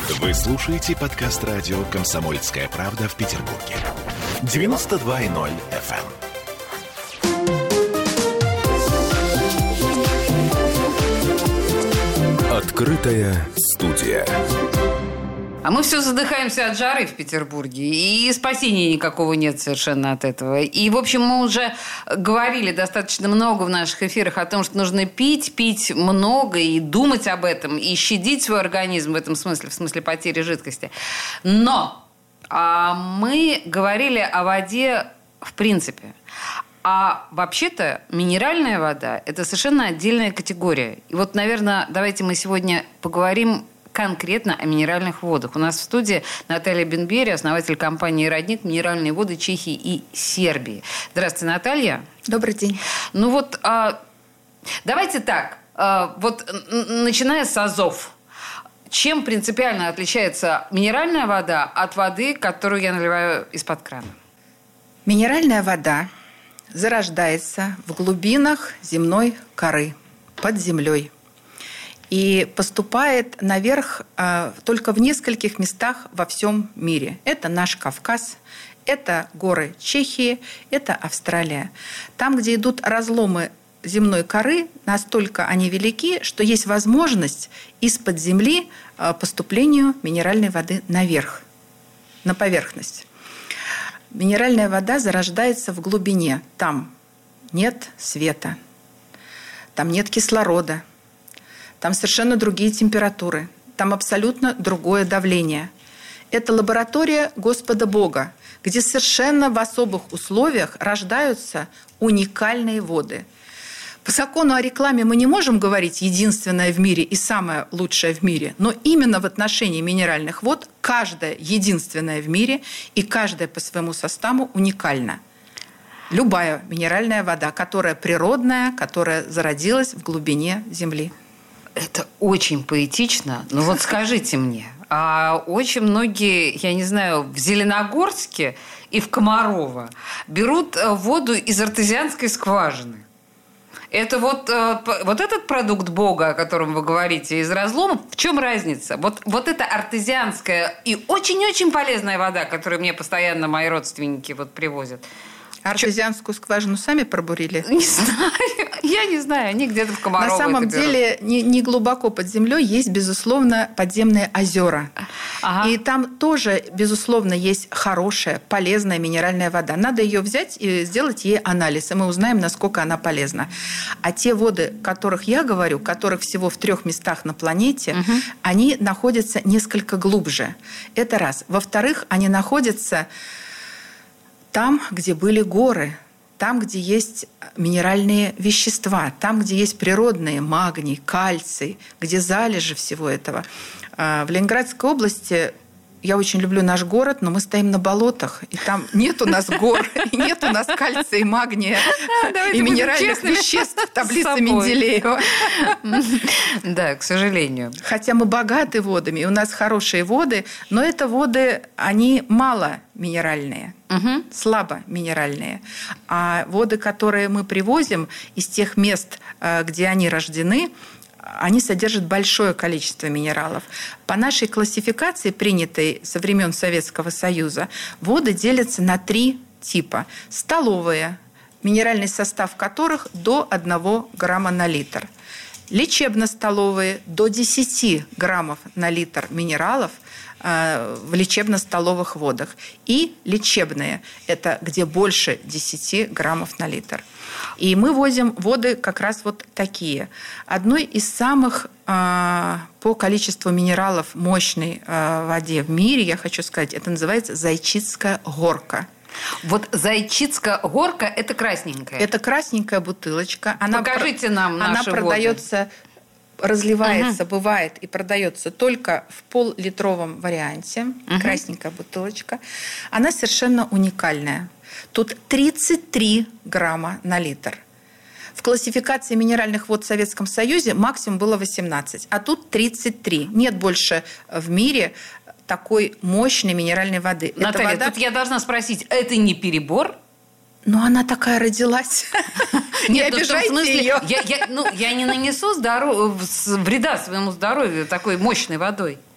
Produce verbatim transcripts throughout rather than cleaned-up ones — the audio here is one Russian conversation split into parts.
Вы слушаете подкаст радио «Комсомольская правда» в Петербурге. девяносто два и ноль эф эм. Открытая студия. А мы все задыхаемся от жары в Петербурге, и спасения никакого нет совершенно от этого. И, в общем, мы уже говорили достаточно много в наших эфирах о том, что нужно пить, пить много и думать об этом, и щадить свой организм в этом смысле, в смысле потери жидкости. Но а мы говорили о воде в принципе. А вообще-то минеральная вода – это совершенно отдельная категория. И вот, наверное, давайте мы сегодня поговорим конкретно о минеральных водах. У нас в студии Наталья Бенбери, основатель компании «Родник», минеральные воды Чехии и Сербии. Здравствуйте, Наталья. Добрый день. Ну вот, а, давайте так, а, вот начиная с азов. Чем принципиально отличается минеральная вода от воды, которую я наливаю из-под крана? Минеральная вода зарождается в глубинах земной коры, под землей. И поступает наверх а, только в нескольких местах во всем мире. Это наш Кавказ, это горы Чехии, это Австралия. Там, где идут разломы земной коры, настолько они велики, что есть возможность из-под земли а, поступлению минеральной воды наверх, на поверхность. Минеральная вода зарождается в глубине. Там нет света, там нет кислорода. Там совершенно другие температуры. Там абсолютно другое давление. Это лаборатория Господа Бога, где совершенно в особых условиях рождаются уникальные воды. По закону о рекламе мы не можем говорить «единственное в мире» и «самое лучшее в мире», но именно в отношении минеральных вод каждая единственная в мире и каждая по своему составу уникальна. Любая минеральная вода, которая природная, которая зародилась в глубине земли. Это очень поэтично. Но вот скажите мне, а очень многие, я не знаю, в Зеленогорске и в Комарово берут воду из артезианской скважины. Это вот, вот этот продукт Бога, о котором вы говорите, из разломов, в чем разница? Вот, вот эта артезианская и очень-очень полезная вода, которую мне постоянно мои родственники вот привозят. Артезианскую скважину сами пробурили? Не знаю. Я не знаю. Они где-то в Комарово. На самом деле, не, не глубоко под землей есть, безусловно, подземные озера. Ага. И там тоже, безусловно, есть хорошая, полезная минеральная вода. Надо ее взять и сделать ей анализ, и мы узнаем, насколько она полезна. А те воды, о которых я говорю, которых всего в трех местах на планете, угу. они находятся несколько глубже. Это раз. Во-вторых, они находятся там, где были горы, там, где есть минеральные вещества, там, где есть природные магний, кальций, где залежи всего этого. В Ленинградской области я очень люблю наш город, но мы стоим на болотах, и там нет у нас гор, и нет у нас кальция, магния и минеральных веществ в таблице Менделеева. Да, к сожалению. Хотя мы богаты водами, и у нас хорошие воды, но это воды, они мало минеральные. Угу. Слабо минеральные. А воды, которые мы привозим из тех мест, где они рождены, они содержат большое количество минералов. По нашей классификации, принятой со времен Советского Союза, воды делятся на три типа. Столовые, минеральный состав которых до одного грамма на литр. Лечебно-столовые, до десяти граммов на литр минералов в лечебно-столовых водах. И лечебные – это где больше десяти граммов на литр. И мы возим воды как раз вот такие. Одной из самых по количеству минералов мощной воде в мире, я хочу сказать, это называется Зайчицкая горка. Вот Зайчицкая горка – это красненькая. Это красненькая бутылочка. Она Покажите про... нам наши Она продается... воды. Разливается, угу. бывает и продается только в пол-литровом варианте. Угу. Красненькая бутылочка. Она совершенно уникальная. Тут тридцать три грамма на литр. В классификации минеральных вод в Советском Союзе максимум было восемнадцать, а тут тридцать три. Нет больше в мире такой мощной минеральной воды. Наталья, вода... тут я должна спросить, это не перебор? Но она такая родилась. Не обижайте ее. Я, я, ну, я не нанесу здоров... вреда своему здоровью такой мощной водой.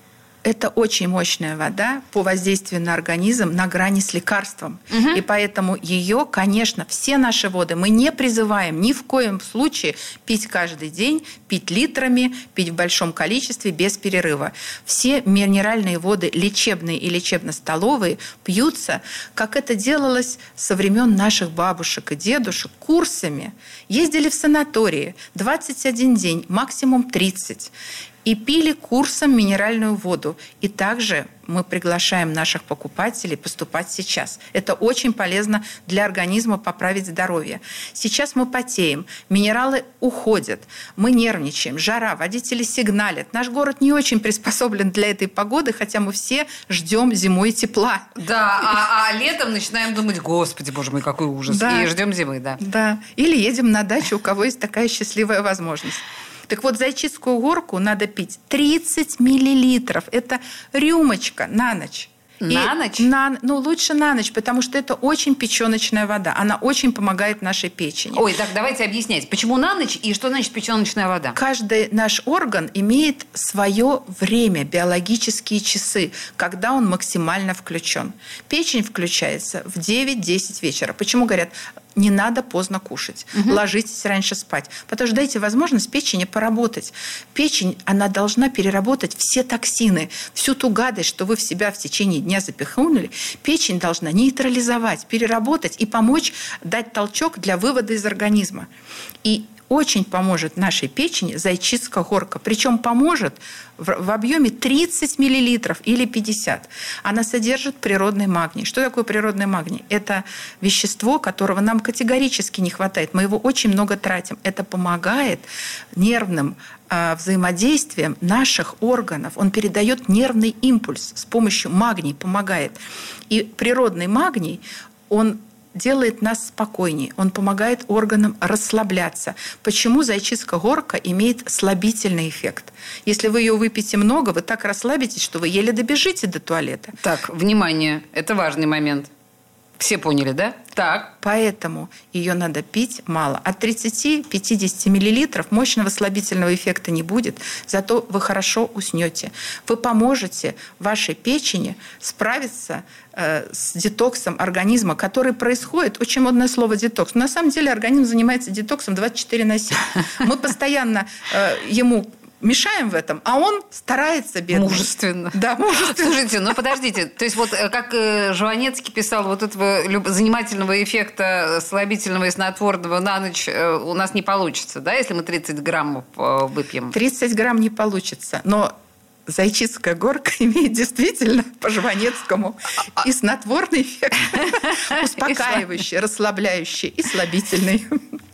Это очень мощная вода по воздействию на организм на грани с лекарством. Угу. И поэтому ее, конечно, все наши воды мы не призываем ни в коем случае пить каждый день, пить литрами, пить в большом количестве, без перерыва. Все минеральные воды, лечебные и лечебно-столовые, пьются, как это делалось со времен наших бабушек и дедушек, курсами. Ездили в санатории двадцать один день, максимум тридцать. И пили курсом минеральную воду. И также мы приглашаем наших покупателей поступать сейчас. Это очень полезно для организма поправить здоровье. Сейчас мы потеем, минералы уходят, мы нервничаем, жара, водители сигналят. Наш город не очень приспособлен для этой погоды, хотя мы все ждем зимой тепла. Да, а, а летом начинаем думать: господи, боже мой, какой ужас. Да. И ждем зимы, да. Да. Или едем на дачу, у кого есть такая счастливая возможность. Так вот, Зайчицкую горку надо пить тридцать миллилитров. Это рюмочка на ночь. На И ночь? На, ну, лучше на ночь, потому что это очень печеночная вода. Она очень помогает нашей печени. Ой, так давайте объяснять, почему на ночь и что значит печеночная вода? Каждый наш орган имеет свое время, биологические часы, когда он максимально включен. Печень включается в девять-десять вечера. Почему говорят: не надо поздно кушать, угу. ложитесь раньше спать. Потому что дайте возможность печени поработать. Печень, она должна переработать все токсины, всю ту гадость, что вы в себя в течение дня запихнули. Печень должна нейтрализовать, переработать и помочь дать толчок для вывода из организма. И очень поможет нашей печени Зайчицкая горка. Причем поможет в, в объеме тридцать миллилитров или пятьдесят. Она содержит природный магний. Что такое природный магний? Это вещество, которого нам категорически не хватает. Мы его очень много тратим. Это помогает нервным э, взаимодействием наших органов. Он передает нервный импульс с помощью магния, помогает. И природный магний, он делает нас спокойнее, он помогает органам расслабляться. Почему Зайчицкая горка имеет слабительный эффект? Если вы ее выпьете много, вы так расслабитесь, что вы еле добежите до туалета. Так, внимание, это важный момент. Все поняли, да? Так. Поэтому ее надо пить мало. От тридцати-пятидесяти миллилитров мощного слабительного эффекта не будет, зато вы хорошо уснете. Вы поможете вашей печени справиться э, с детоксом организма, который происходит. Очень модное слово «детокс». Но на самом деле организм занимается детоксом двадцать четыре на семь. Мы постоянно э, ему мешаем в этом, а он старается, бедный. Мужественно. Да, мужественно. Слушайте, ну подождите, то есть вот как Жванецкий писал, вот этого занимательного эффекта слабительного и снотворного на ночь у нас не получится, да, если мы тридцать граммов выпьем? тридцать грамм не получится, но Зайчицкая горка имеет действительно по Жванецкому и снотворный эффект, успокаивающий, расслабляющий и слабительный.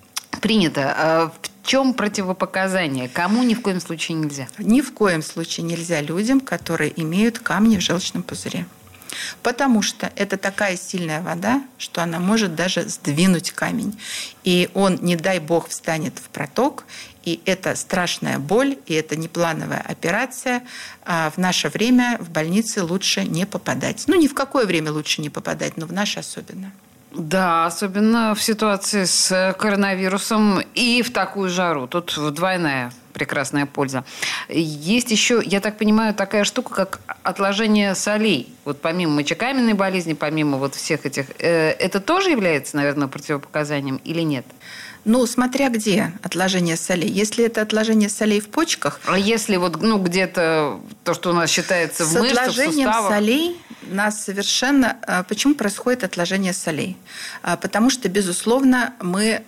Принято. В чем противопоказания? Кому ни в коем случае нельзя? Ни в коем случае нельзя людям, которые имеют камни в желчном пузыре. Потому что это такая сильная вода, что она может даже сдвинуть камень. И он, не дай бог, встанет в проток. И это страшная боль, и это неплановая операция. А в наше время в больницы лучше не попадать. Ну, ни в какое время лучше не попадать, но в наше особенно. Да, особенно в ситуации с коронавирусом и в такую жару. Тут двойная прекрасная польза. Есть еще, я так понимаю, такая штука, как отложение солей. Вот помимо мочекаменной болезни, помимо вот всех этих, э, это тоже является, наверное, противопоказанием или нет? Ну, смотря где отложение солей. Если это отложение солей в почках... А если вот ну, где-то то, что у нас считается в мышцах, в суставах... С отложением солей нас совершенно... Почему происходит отложение солей? Потому что, безусловно, мы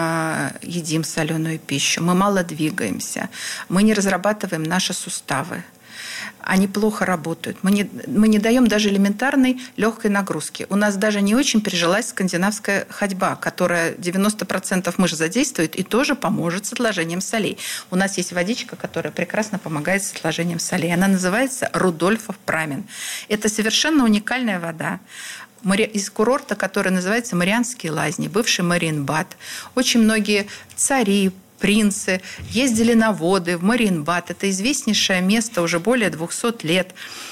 едим соленую пищу, мы мало двигаемся, мы не разрабатываем наши суставы. Они плохо работают. Мы не, мы не даем даже элементарной легкой нагрузки. У нас даже не очень прижилась скандинавская ходьба, которая девяносто процентов мышц задействует и тоже поможет с отложением солей. У нас есть водичка, которая прекрасно помогает с отложением солей. Она называется Рудольфов Прамен. Это совершенно уникальная вода из курорта, который называется Марианские лазни, бывший Мариенбад. Очень многие цари, принцы ездили на воды в Мариенбад. Это известнейшее место уже более двухсот лет.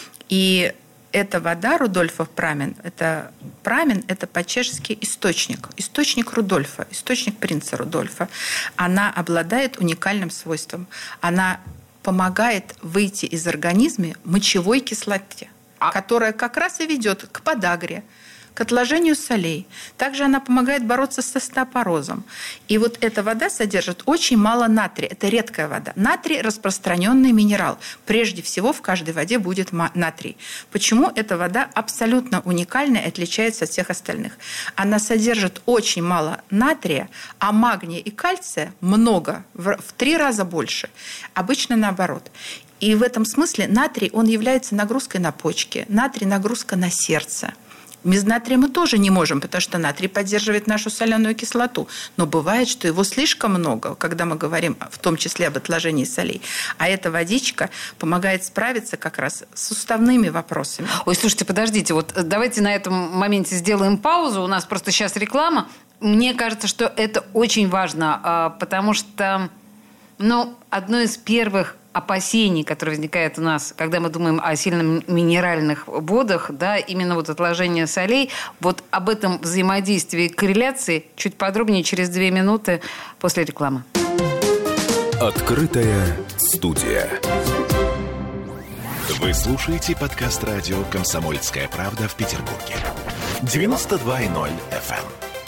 И эта вода, Рудольфов Прамен, это Прамен, это по-чешски источник. Источник Рудольфа, источник принца Рудольфа. Она обладает уникальным свойством. Она помогает выйти из организма мочевой кислоте, а... которая как раз и ведет к подагре, к отложению солей. Также она помогает бороться с остеопорозом. И вот эта вода содержит очень мало натрия. Это редкая вода. Натрий – распространенный минерал. Прежде всего в каждой воде будет натрий. Почему эта вода абсолютно уникальная и отличается от всех остальных? Она содержит очень мало натрия, а магния и кальция много, в три раза больше. Обычно наоборот. И в этом смысле натрий, он является нагрузкой на почки, натрий – нагрузка на сердце. Без натрия мы тоже не можем, потому что натрий поддерживает нашу соляную кислоту. Но бывает, что его слишком много, когда мы говорим в том числе об отложении солей. А эта водичка помогает справиться как раз с суставными вопросами. Ой, слушайте, подождите, вот давайте на этом моменте сделаем паузу. У нас просто сейчас реклама. Мне кажется, что это очень важно, потому что, ну, одно из первых опасений, которые возникают у нас, когда мы думаем о сильно минеральных водах, да, именно вот отложение солей, вот об этом взаимодействии, корреляции чуть подробнее через две минуты после рекламы. Открытая студия. Вы слушаете подкаст радио «Комсомольская правда» в Петербурге. девяносто два и ноль эф эм.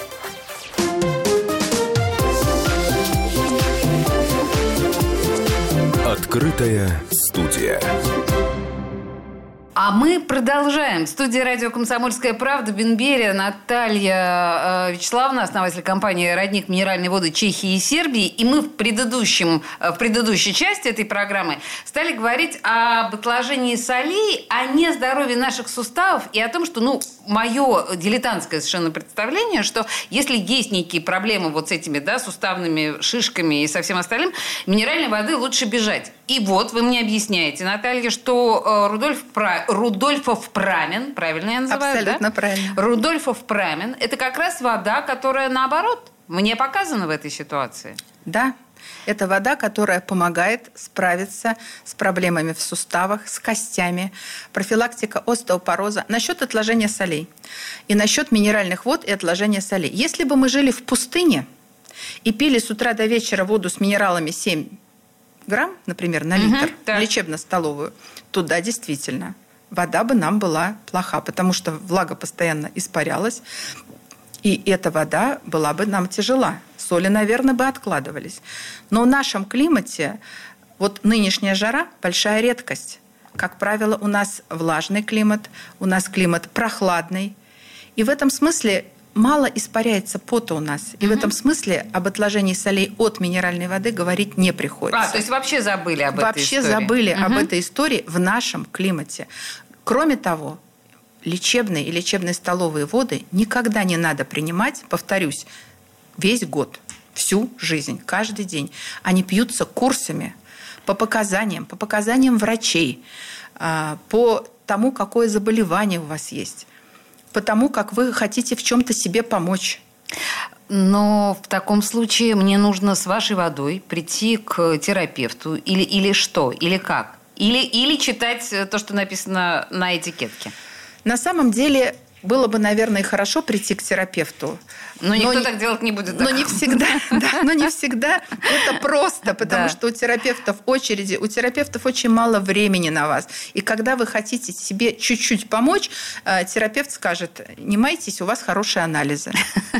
Открытая студия. А мы продолжаем. Студия радио «Комсомольская правда», Бен-Берия, Наталья э, Вячеславовна, основатель компании «Родник минеральной воды» Чехии и Сербии. И мы в, предыдущем, в предыдущей части этой программы стали говорить об отложении солей, о нездоровье наших суставов и о том, что, ну, мое дилетантское совершенно представление, что если есть некие проблемы вот с этими, да, суставными шишками и со всем остальным, минеральной воды лучше бежать. И вот вы мне объясняете, Наталья, что э, Рудольф Пра... Рудольфов Прамен, правильно я называю, абсолютно да? правильно. Рудольфов Прамен – это как раз вода, которая наоборот мне показана в этой ситуации. Да, это вода, которая помогает справиться с проблемами в суставах, с костями, профилактика остеопороза. Насчет отложения солей и насчет минеральных вод и отложения солей. Если бы мы жили в пустыне и пили с утра до вечера воду с минералами семь грамм, например, на литр, угу, лечебно-столовую, туда действительно вода бы нам была плоха, потому что влага постоянно испарялась, и эта вода была бы нам тяжела. Соли, наверное, бы откладывались. Но в нашем климате вот нынешняя жара – большая редкость. Как правило, у нас влажный климат, у нас климат прохладный. И в этом смысле мало испаряется пота у нас. И mm-hmm. в этом смысле об отложении солей от минеральной воды говорить не приходится. А, то есть вообще забыли об вообще этой истории? Вообще забыли mm-hmm. об этой истории в нашем климате. Кроме того, лечебные и лечебные столовые воды никогда не надо принимать, повторюсь, весь год, всю жизнь, каждый день. Они пьются курсами по показаниям, по показаниям врачей, по тому, какое заболевание у вас есть, по тому, как вы хотите в чем-то себе помочь. Но в таком случае мне нужно с вашей водой прийти к терапевту или, или что, или как? Или, или читать то, что написано на этикетке? На самом деле было бы, наверное, хорошо прийти к терапевту. Но никто но, так делать не будет. Но не всегда, да, но не всегда это просто, потому да. что у терапевтов очереди, у терапевтов очень мало времени на вас. И когда вы хотите себе чуть-чуть помочь, терапевт скажет: не майтесь, у вас хорошие анализы.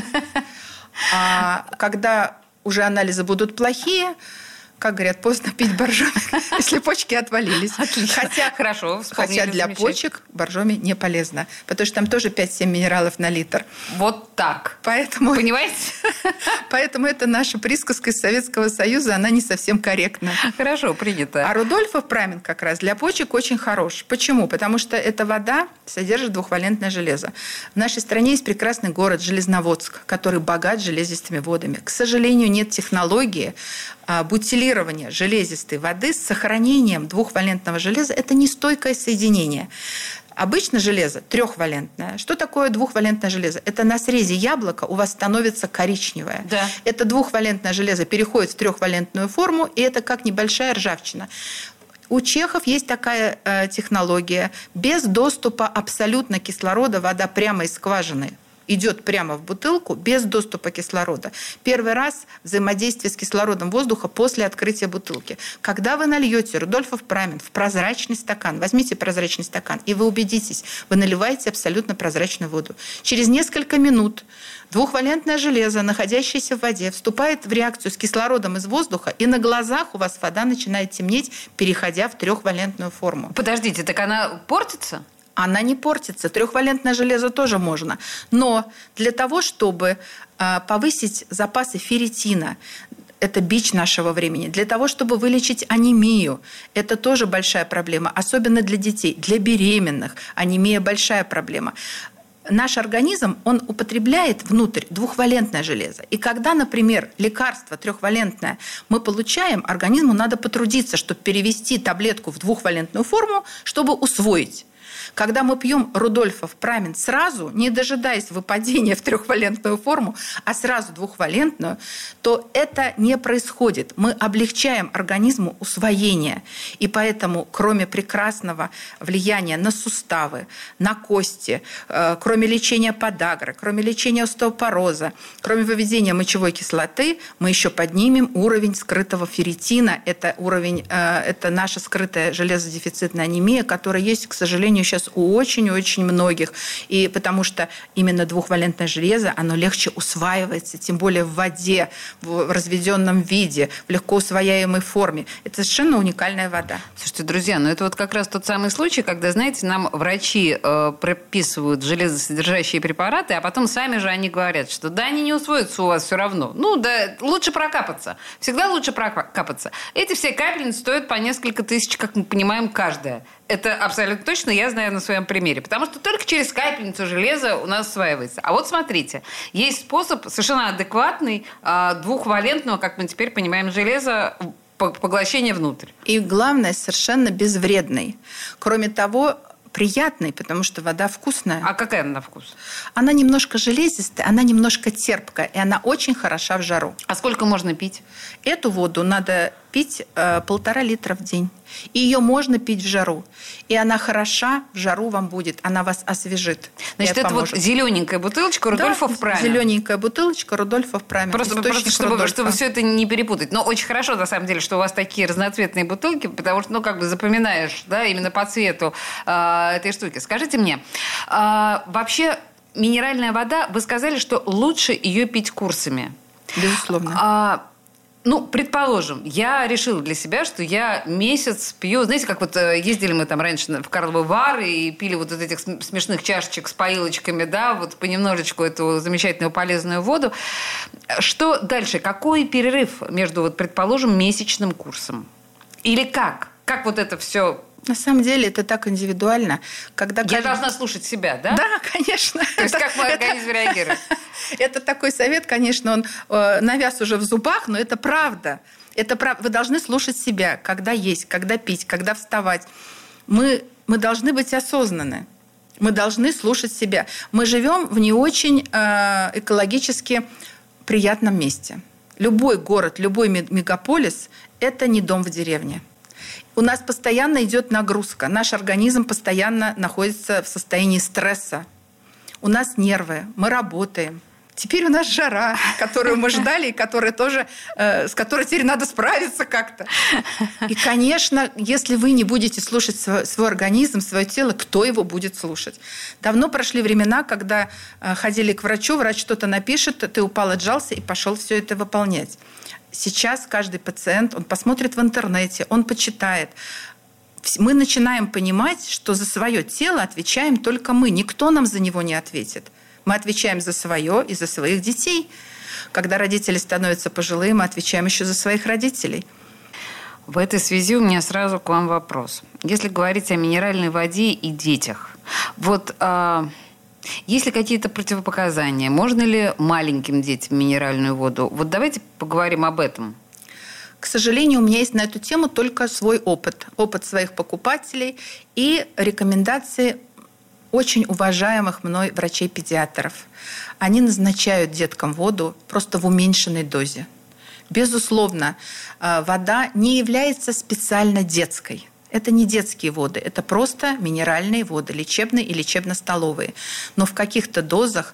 А когда уже анализы будут плохие, как говорят, поздно пить боржоми, если почки отвалились. Отлично. Хотя, Хорошо, хотя для почек боржоми не полезно, потому что там тоже пять-семь минералов на литр. Вот так. Поэтому, понимаете? Поэтому это наша присказка из Советского Союза, она не совсем корректна. Хорошо, принято. А Рудольфов Прамен как раз для почек очень хорош. Почему? Потому что эта вода содержит двухвалентное железо. В нашей стране есть прекрасный город Железноводск, который богат железистыми водами. К сожалению, нет технологии бутилирования железистой воды с сохранением двухвалентного железа. Это нестойкое соединение. Обычно железо трехвалентное. Что такое двухвалентное железо? Это на срезе яблока у вас становится коричневое. Да. Это двухвалентное железо переходит в трехвалентную форму, и это как небольшая ржавчина. У чехов есть такая э, технология. Без доступа абсолютно кислорода вода прямо из скважины идет прямо в бутылку без доступа кислорода. Первый раз взаимодействие с кислородом воздуха после открытия бутылки. Когда вы нальете Рудольфов Прамин в прозрачный стакан, возьмите прозрачный стакан, и вы убедитесь, вы наливаете абсолютно прозрачную воду. Через несколько минут двухвалентное железо, находящееся в воде, вступает в реакцию с кислородом из воздуха, и на глазах у вас вода начинает темнеть, переходя в трехвалентную форму. Подождите, так она портится? Она не портится. Трехвалентное железо тоже можно. Но для того, чтобы повысить запасы ферритина, это бич нашего времени, для того, чтобы вылечить анемию, это тоже большая проблема, особенно для детей, для беременных. Анемия – большая проблема. Наш организм, он употребляет внутрь двухвалентное железо. И когда, например, лекарство трехвалентное мы получаем, организму надо потрудиться, чтобы перевести таблетку в двухвалентную форму, чтобы усвоить. Когда мы пьем Рудольфов Прамин сразу, не дожидаясь выпадения в трехвалентную форму, а сразу двухвалентную, то это не происходит. Мы облегчаем организму усвоение. И поэтому, кроме прекрасного влияния на суставы, на кости, кроме лечения подагры, кроме лечения остеопороза, кроме выведения мочевой кислоты, мы еще поднимем уровень скрытого ферритина. Это уровень, это наша скрытая железодефицитная анемия, которая есть, к сожалению, сейчас у очень-очень многих. И потому что именно двухвалентное железо, оно легче усваивается, тем более в воде, в разведенном виде, в легко усвояемой форме. Это совершенно уникальная вода. Слушайте, друзья, ну это вот как раз тот самый случай, когда, знаете, нам врачи э, прописывают железосодержащие препараты, а потом сами же они говорят, что да, они не усвоятся у вас все равно. Ну да, лучше прокапаться. Всегда лучше прокапаться. Эти все капельницы стоят по несколько тысяч, как мы понимаем, каждая. Это абсолютно точно я знаю на своем примере. Потому что только через капельницу железа у нас усваивается. А вот смотрите, есть способ совершенно адекватный двухвалентного, как мы теперь понимаем, железа поглощения внутрь. И главное, совершенно безвредный. Кроме того, приятный, потому что вода вкусная. А какая она на вкус? Она немножко железистая, она немножко терпкая, и она очень хороша в жару. А сколько можно пить? Эту воду надо пить э, полтора литра в день. И ее можно пить в жару. И она хороша в жару вам будет. Она вас освежит. Значит, это поможет. Вот зелененькая бутылочка Рудольфов да, Прамин. Зелененькая бутылочка Рудольфов Прамин. Просто, просто чтобы, чтобы все это не перепутать. Но очень хорошо, на самом деле, что у вас такие разноцветные бутылки, потому что, ну, как бы запоминаешь, да, именно по цвету э, этой штуки. Скажите мне, э, вообще минеральная вода, вы сказали, что лучше ее пить курсами. Безусловно. А, ну, предположим, я решила для себя, что я месяц пью... Знаете, как вот ездили мы там раньше в Карловы Вары и пили вот от этих смешных чашечек с поилочками, да, вот понемножечку эту замечательную полезную воду. Что дальше? Какой перерыв между, вот, предположим, месячным курсом? Или как? Как вот это все... На самом деле это так индивидуально. Когда Я каждый... должна слушать себя, да? Да, конечно. То есть как мой организм реагирует? Это такой совет, конечно, он э, навяз уже в зубах, но это правда. Это прав... Вы должны слушать себя, когда есть, когда пить, когда вставать. Мы, мы должны быть осознанны. Мы должны слушать себя. Мы живем в не очень э, экологически приятном месте. Любой город, любой мегаполис – это не дом в деревне. У нас постоянно идет нагрузка. Наш организм постоянно находится в состоянии стресса. У нас нервы, мы работаем. Теперь у нас жара, которую мы ждали, и которая тоже, э, с которой теперь надо справиться как-то. И, конечно, если вы не будете слушать свой, свой организм, свое тело, кто его будет слушать? Давно прошли времена, когда э, ходили к врачу, врач что-то напишет, ты упал, отжался и пошел все это выполнять. Сейчас каждый пациент, он посмотрит в интернете, он почитает. Мы начинаем понимать, что за свое тело отвечаем только мы. Никто нам за него не ответит. Мы отвечаем за свое и за своих детей. Когда родители становятся пожилые, мы отвечаем еще за своих родителей. В этой связи у меня сразу к вам вопрос. Если говорить о минеральной воде и детях, вот... А... Есть ли какие-то противопоказания? Можно ли маленьким детям минеральную воду? Вот давайте поговорим об этом. К сожалению, у меня есть на эту тему только свой опыт. Опыт своих покупателей и рекомендации очень уважаемых мной врачей-педиатров. Они назначают деткам воду просто в уменьшенной дозе. Безусловно, вода не является специально детской. Это не детские воды, это просто минеральные воды, лечебные и лечебно-столовые. Но в каких-то дозах,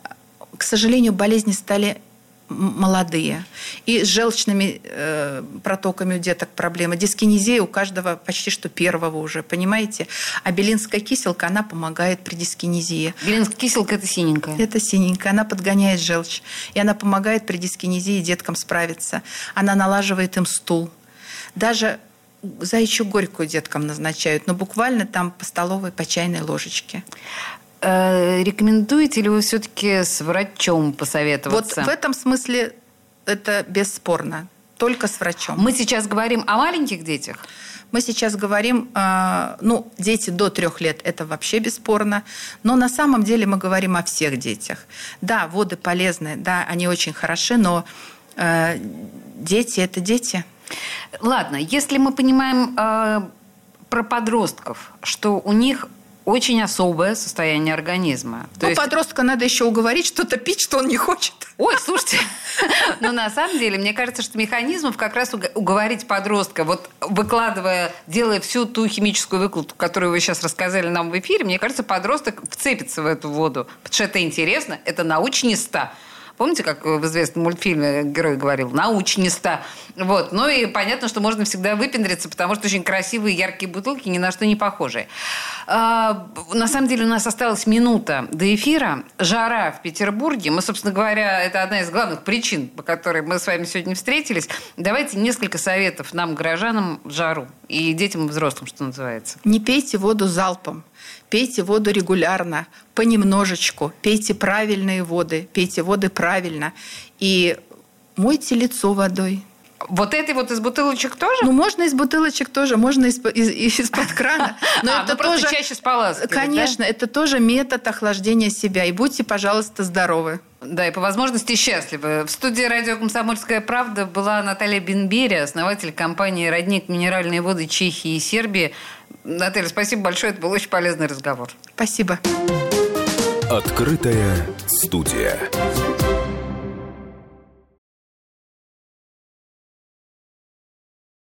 к сожалению, болезни стали молодые. И с желчными э, протоками у деток проблема. Дискинезия у каждого почти что первого уже, понимаете? А белинская киселка, она помогает при дискинезии. Белинская киселка – это синенькая. Это синенькая. Она подгоняет желчь. И она помогает при дискинезии деткам справиться. Она налаживает им стул. Даже заячью горькую деткам назначают, но буквально там по столовой, по чайной ложечке. Рекомендуете ли вы все-таки с врачом посоветоваться? Вот в этом смысле это бесспорно. Только с врачом. Мы сейчас говорим о маленьких детях? Мы сейчас говорим, ну, дети до трех лет, это вообще бесспорно. Но на самом деле мы говорим о всех детях. Да, воды полезные, да, они очень хороши, но дети – это дети. Ладно, если мы понимаем э, про подростков, что у них очень особое состояние организма. Ну, есть... подростка надо еще уговорить что-то пить, что он не хочет. Ой, слушайте, но на самом деле, мне кажется, что механизмов как раз уговорить подростка, вот выкладывая, делая всю ту химическую выкладку, которую вы сейчас рассказали нам в эфире, мне кажется, подросток вцепится в эту воду, потому что это интересно, это научнисто. Помните, как в известном мультфильме герой говорил? Научнисто. Вот. Ну и понятно, что можно всегда выпендриться, потому что очень красивые, яркие бутылки, ни на что не похожие. А, на самом деле у нас осталась минута до эфира. Жара в Петербурге. Мы, собственно говоря, это одна из главных причин, по которой мы с вами сегодня встретились. Давайте несколько советов нам, горожанам, в жару. И детям, и взрослым, что называется. Не пейте воду залпом. Пейте воду регулярно, понемножечку. Пейте правильные воды, пейте воды правильно. И мойте лицо водой. Вот этой вот из бутылочек тоже? Ну, можно из бутылочек тоже, можно из, из, из-под крана. Но а, это ну просто тоже, чаще споласкивать, конечно, да? Это тоже метод охлаждения себя. И будьте, пожалуйста, здоровы. Да, и по возможности счастливы. В студии радио «Комсомольская правда» была Наталья Бенбери, основатель компании «Родник. Минеральные воды» Чехии и Сербии. Наталья, спасибо большое, это был очень полезный разговор. Спасибо. Открытая студия.